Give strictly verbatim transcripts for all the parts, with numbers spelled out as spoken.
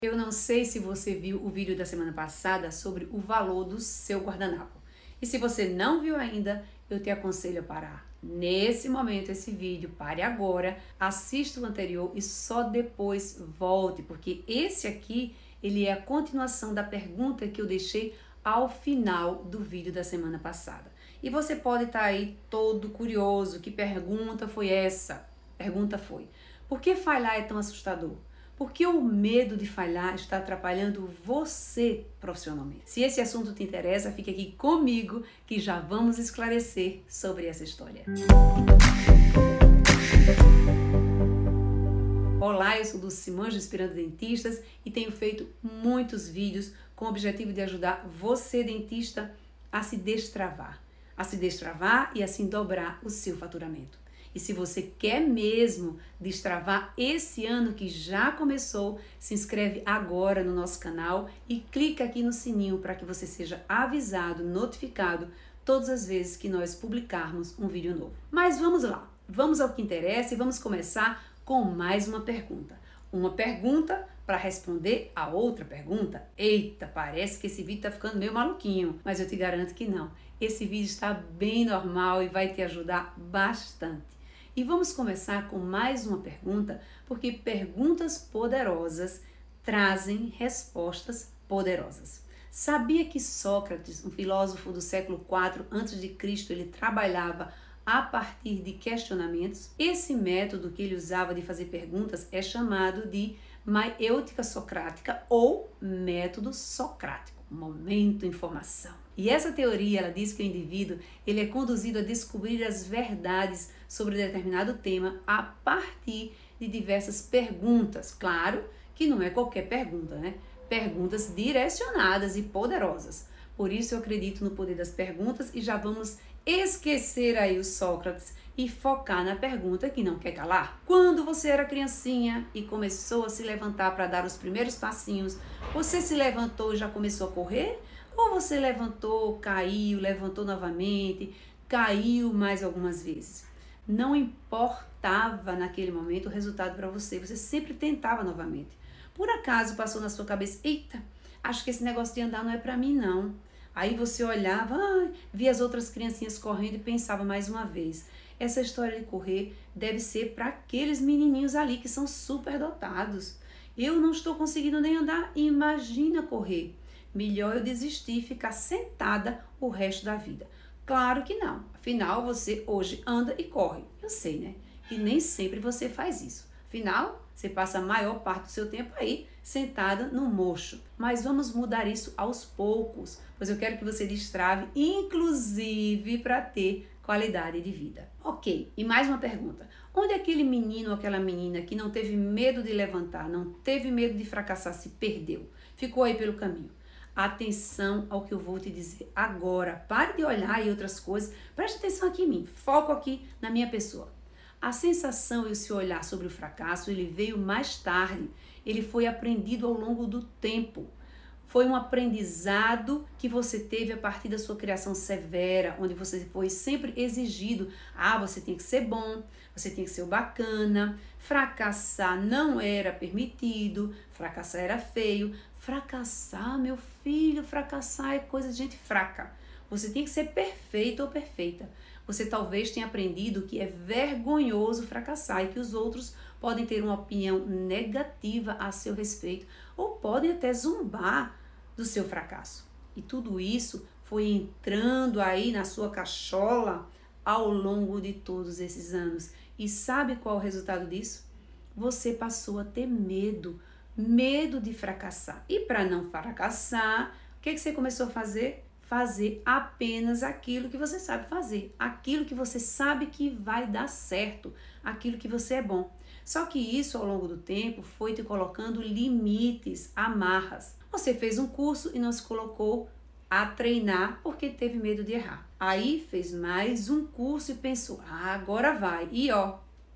Eu não sei se você viu o vídeo da semana passada sobre o valor do seu guardanapo. E se você não viu ainda, eu te aconselho a parar nesse momento esse vídeo, pare agora, assista o anterior e só depois volte, porque esse aqui, ele é a continuação da pergunta que eu deixei ao final do vídeo da semana passada. E você pode estar aí todo curioso, que pergunta foi essa? A pergunta foi, por que falhar é tão assustador? Porque o medo de falhar está atrapalhando você profissionalmente. Se esse assunto te interessa, fique aqui comigo que já vamos esclarecer sobre essa história. Olá, eu sou Dulce Simões do Inspirando Dentistas e tenho feito muitos vídeos com o objetivo de ajudar você, dentista, a se destravar. A se destravar e assim dobrar o seu faturamento. E se você quer mesmo destravar esse ano que já começou, se inscreve agora no nosso canal e clica aqui no sininho para que você seja avisado, notificado todas as vezes que nós publicarmos um vídeo novo. Mas vamos lá, vamos ao que interessa e vamos começar com mais uma pergunta. Uma pergunta para responder a outra pergunta. Eita, parece que esse vídeo tá ficando meio maluquinho, mas eu te garanto que não. Esse vídeo está bem normal e vai te ajudar bastante. E vamos começar com mais uma pergunta, porque perguntas poderosas trazem respostas poderosas. Sabia que Sócrates, um filósofo do século quatro antes de Cristo, ele trabalhava a partir de questionamentos? Esse método que ele usava de fazer perguntas é chamado de maiêutica socrática ou método socrático, momento informação. E essa teoria, ela diz que o indivíduo ele é conduzido a descobrir as verdades sobre determinado tema a partir de diversas perguntas. Claro que não é qualquer pergunta, né? Perguntas direcionadas e poderosas. Por isso eu acredito no poder das perguntas e já vamos esquecer aí o Sócrates e focar na pergunta que não quer calar. Quando você era criancinha e começou a se levantar para dar os primeiros passinhos, você se levantou e já começou a correr? Ou você levantou, caiu, levantou novamente, caiu mais algumas vezes? Não importava naquele momento o resultado para você, você sempre tentava novamente. Por acaso passou na sua cabeça, eita, acho que esse negócio de andar não é para mim não. Aí você olhava, ah, via as outras criancinhas correndo e pensava mais uma vez, essa história de correr deve ser para aqueles menininhos ali que são super dotados. Eu não estou conseguindo nem andar, imagina correr. Melhor eu desistir e ficar sentada o resto da vida. Claro que não, afinal você hoje anda e corre. Eu sei, né? E nem sempre você faz isso. Afinal, você passa a maior parte do seu tempo aí sentada no mocho. Mas vamos mudar isso aos poucos, pois eu quero que você destrave, inclusive para ter qualidade de vida. Ok, e mais uma pergunta. Onde aquele menino ou aquela menina que não teve medo de levantar, não teve medo de fracassar, se perdeu? Ficou aí pelo caminho. Atenção ao que eu vou te dizer agora. Pare de olhar e outras coisas. Preste atenção aqui em mim. Foco aqui na minha pessoa. A sensação e o seu olhar sobre o fracasso, ele veio mais tarde. Ele foi aprendido ao longo do tempo. Foi um aprendizado que você teve a partir da sua criação severa, onde você foi sempre exigido. Ah, você tem que ser bom, você tem que ser o bacana. Fracassar não era permitido, fracassar era feio. Fracassar, meu filho, fracassar é coisa de gente fraca. Você tem que ser perfeito ou perfeita. Você talvez tenha aprendido que é vergonhoso fracassar e que os outros podem ter uma opinião negativa a seu respeito ou podem até zombar do seu fracasso. E tudo isso foi entrando aí na sua cachola ao longo de todos esses anos. E sabe qual é o resultado disso? Você passou a ter medo, medo de fracassar. E para não fracassar, o que, que você começou a fazer? Fazer apenas aquilo que você sabe fazer, aquilo que você sabe que vai dar certo, aquilo que você é bom. Só que isso ao longo do tempo foi te colocando limites, amarras. Você fez um curso e não se colocou a treinar porque teve medo de errar. Aí fez mais um curso e pensou, ah, agora vai. E ó,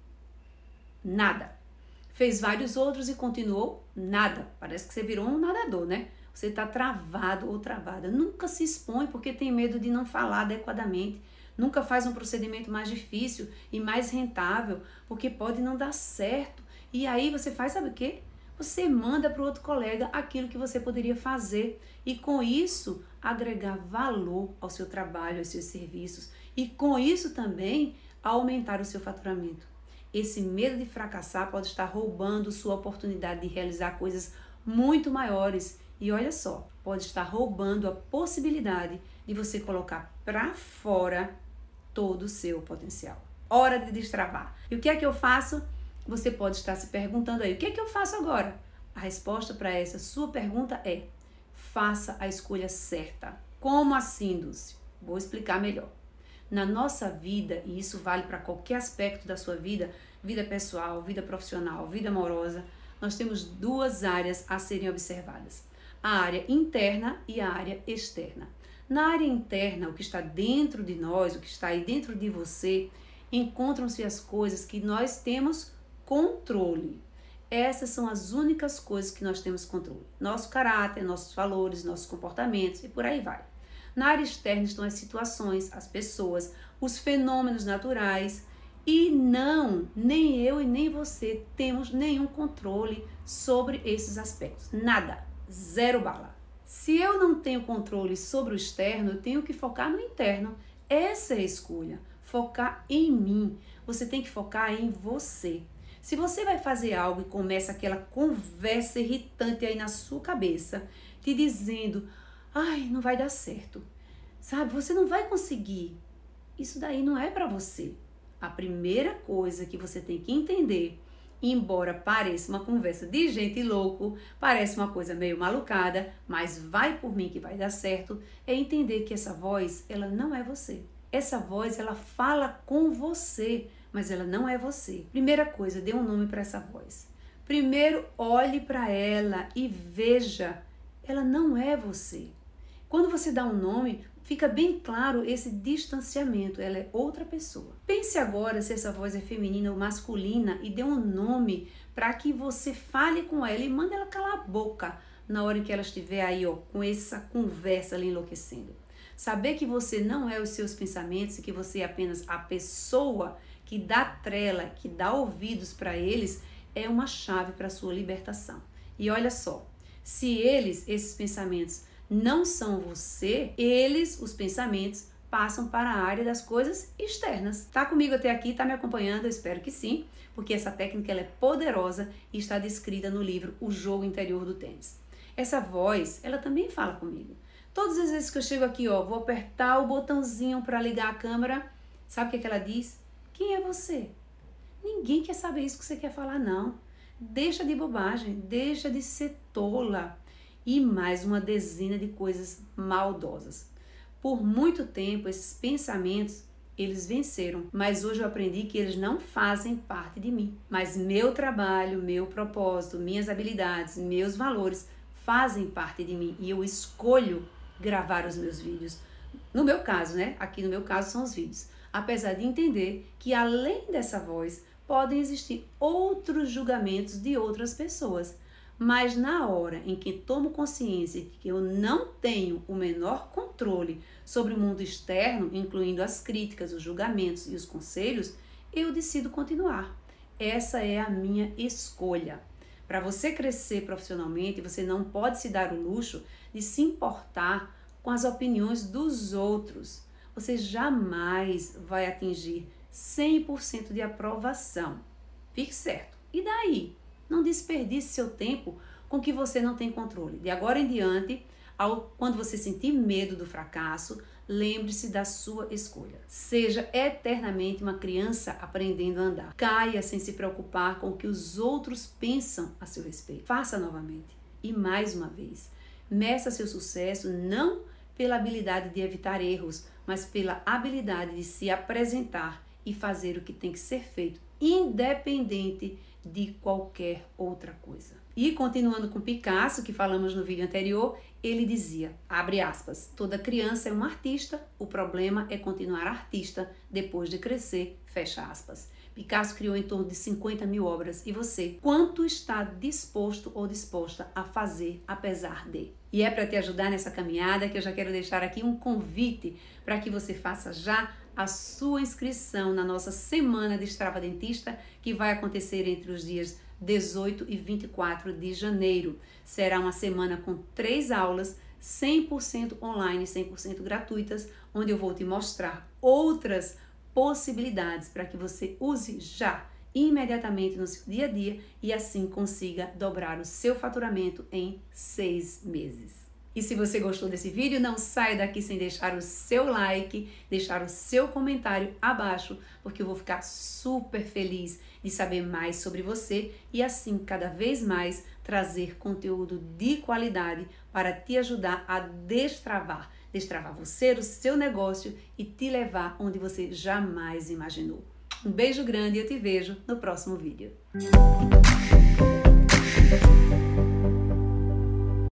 nada. Fez vários outros e continuou nada. Parece que você virou um nadador, né? Você está travado ou travada. Nunca se expõe porque tem medo de não falar adequadamente. Nunca faz um procedimento mais difícil e mais rentável porque pode não dar certo. E aí você faz, sabe o quê? você manda para o outro colega aquilo que você poderia fazer e com isso agregar valor ao seu trabalho, aos seus serviços e com isso também aumentar o seu faturamento. Esse medo de fracassar pode estar roubando sua oportunidade de realizar coisas muito maiores e olha só, pode estar roubando a possibilidade de você colocar para fora todo o seu potencial. Hora de destravar. E o que é que eu faço? Você pode estar se perguntando aí, o que é que eu faço agora? A resposta para essa sua pergunta é, faça a escolha certa. Como assim, Dulce? Vou explicar melhor. Na nossa vida, e isso vale para qualquer aspecto da sua vida, vida pessoal, vida profissional, vida amorosa, nós temos duas áreas a serem observadas. A área interna e a área externa. Na área interna, o que está dentro de nós, o que está aí dentro de você, encontram-se as coisas que nós temos controle. Essas são as únicas coisas que nós temos controle. Nosso caráter, nossos valores, nossos comportamentos e por aí vai. Na área externa estão as situações, as pessoas, os fenômenos naturais e não, nem eu e nem você temos nenhum controle sobre esses aspectos. Nada, zero bala. Se eu não tenho controle sobre o externo, eu tenho que focar no interno. Essa é a escolha, focar em mim. Você tem que focar em você. Se você vai fazer algo e começa aquela conversa irritante aí na sua cabeça, te dizendo, ai, não vai dar certo, sabe, você não vai conseguir, isso daí não é para você. A primeira coisa que você tem que entender, embora pareça uma conversa de gente louco, parece uma coisa meio malucada, mas vai por mim que vai dar certo, é entender que essa voz, ela não é você. Essa voz, ela fala com você, mas ela não é você. Primeira coisa, dê um nome para essa voz. Primeiro, olhe para ela e veja, ela não é você. Quando você dá um nome, fica bem claro esse distanciamento, ela é outra pessoa. Pense agora se essa voz é feminina ou masculina e dê um nome para que você fale com ela e mande ela calar a boca na hora em que ela estiver aí, ó, com essa conversa ali enlouquecendo. Saber que você não é os seus pensamentos e que você é apenas a pessoa que dá trela, que dá ouvidos para eles, é uma chave para a sua libertação. E olha só, se eles, esses pensamentos, não são você, eles, os pensamentos, passam para a área das coisas externas. Tá comigo até aqui? Tá me acompanhando? Eu espero que sim, porque essa técnica ela é poderosa e está descrita no livro O Jogo Interior do Tênis. Essa voz, ela também fala comigo. Todas as vezes que eu chego aqui, ó, vou apertar o botãozinho para ligar a câmera, sabe o que é que ela diz? Quem é você? Ninguém quer saber isso que você quer falar, não. Deixa de bobagem, deixa de ser tola. E mais uma dezena de coisas maldosas. Por muito tempo, esses pensamentos, eles venceram. Mas hoje eu aprendi que eles não fazem parte de mim. Mas meu trabalho, meu propósito, minhas habilidades, meus valores fazem parte de mim. E eu escolho gravar os meus vídeos. No meu caso, né? Aqui no meu caso são os vídeos. Apesar de entender que além dessa voz, podem existir outros julgamentos de outras pessoas. Mas na hora em que tomo consciência de que eu não tenho o menor controle sobre o mundo externo, incluindo as críticas, os julgamentos e os conselhos, eu decido continuar. Essa é a minha escolha. Para você crescer profissionalmente, você não pode se dar o luxo de se importar com as opiniões dos outros. Você jamais vai atingir cem por cento de aprovação. Fique certo. E daí? Não desperdice seu tempo com que você não tem controle. De agora em diante, ao, quando você sentir medo do fracasso, lembre-se da sua escolha. Seja eternamente uma criança aprendendo a andar. Caia sem se preocupar com o que os outros pensam a seu respeito. Faça novamente. E mais uma vez, meça seu sucesso não pela habilidade de evitar erros, mas pela habilidade de se apresentar e fazer o que tem que ser feito, independente de qualquer outra coisa. E continuando com Picasso, que falamos no vídeo anterior, ele dizia, abre aspas, toda criança é um artista, o problema é continuar artista depois de crescer, fecha aspas. Picasso criou em torno de cinquenta mil obras. E você, quanto está disposto ou disposta a fazer apesar de? E é para te ajudar nessa caminhada que eu já quero deixar aqui um convite para que você faça já a sua inscrição na nossa Semana Destrava Dentista, que vai acontecer entre os dias dezoito e vinte e quatro de janeiro. Será uma semana com três aulas cem por cento online, cem por cento gratuitas, onde eu vou te mostrar outras possibilidades para que você use já, imediatamente no seu dia a dia e assim consiga dobrar o seu faturamento em seis meses. E se você gostou desse vídeo, não saia daqui sem deixar o seu like, deixar o seu comentário abaixo, porque eu vou ficar super feliz de saber mais sobre você e assim cada vez mais trazer conteúdo de qualidade para te ajudar a destravar, destravar você, o seu negócio e te levar onde você jamais imaginou. Um beijo grande e eu te vejo no próximo vídeo.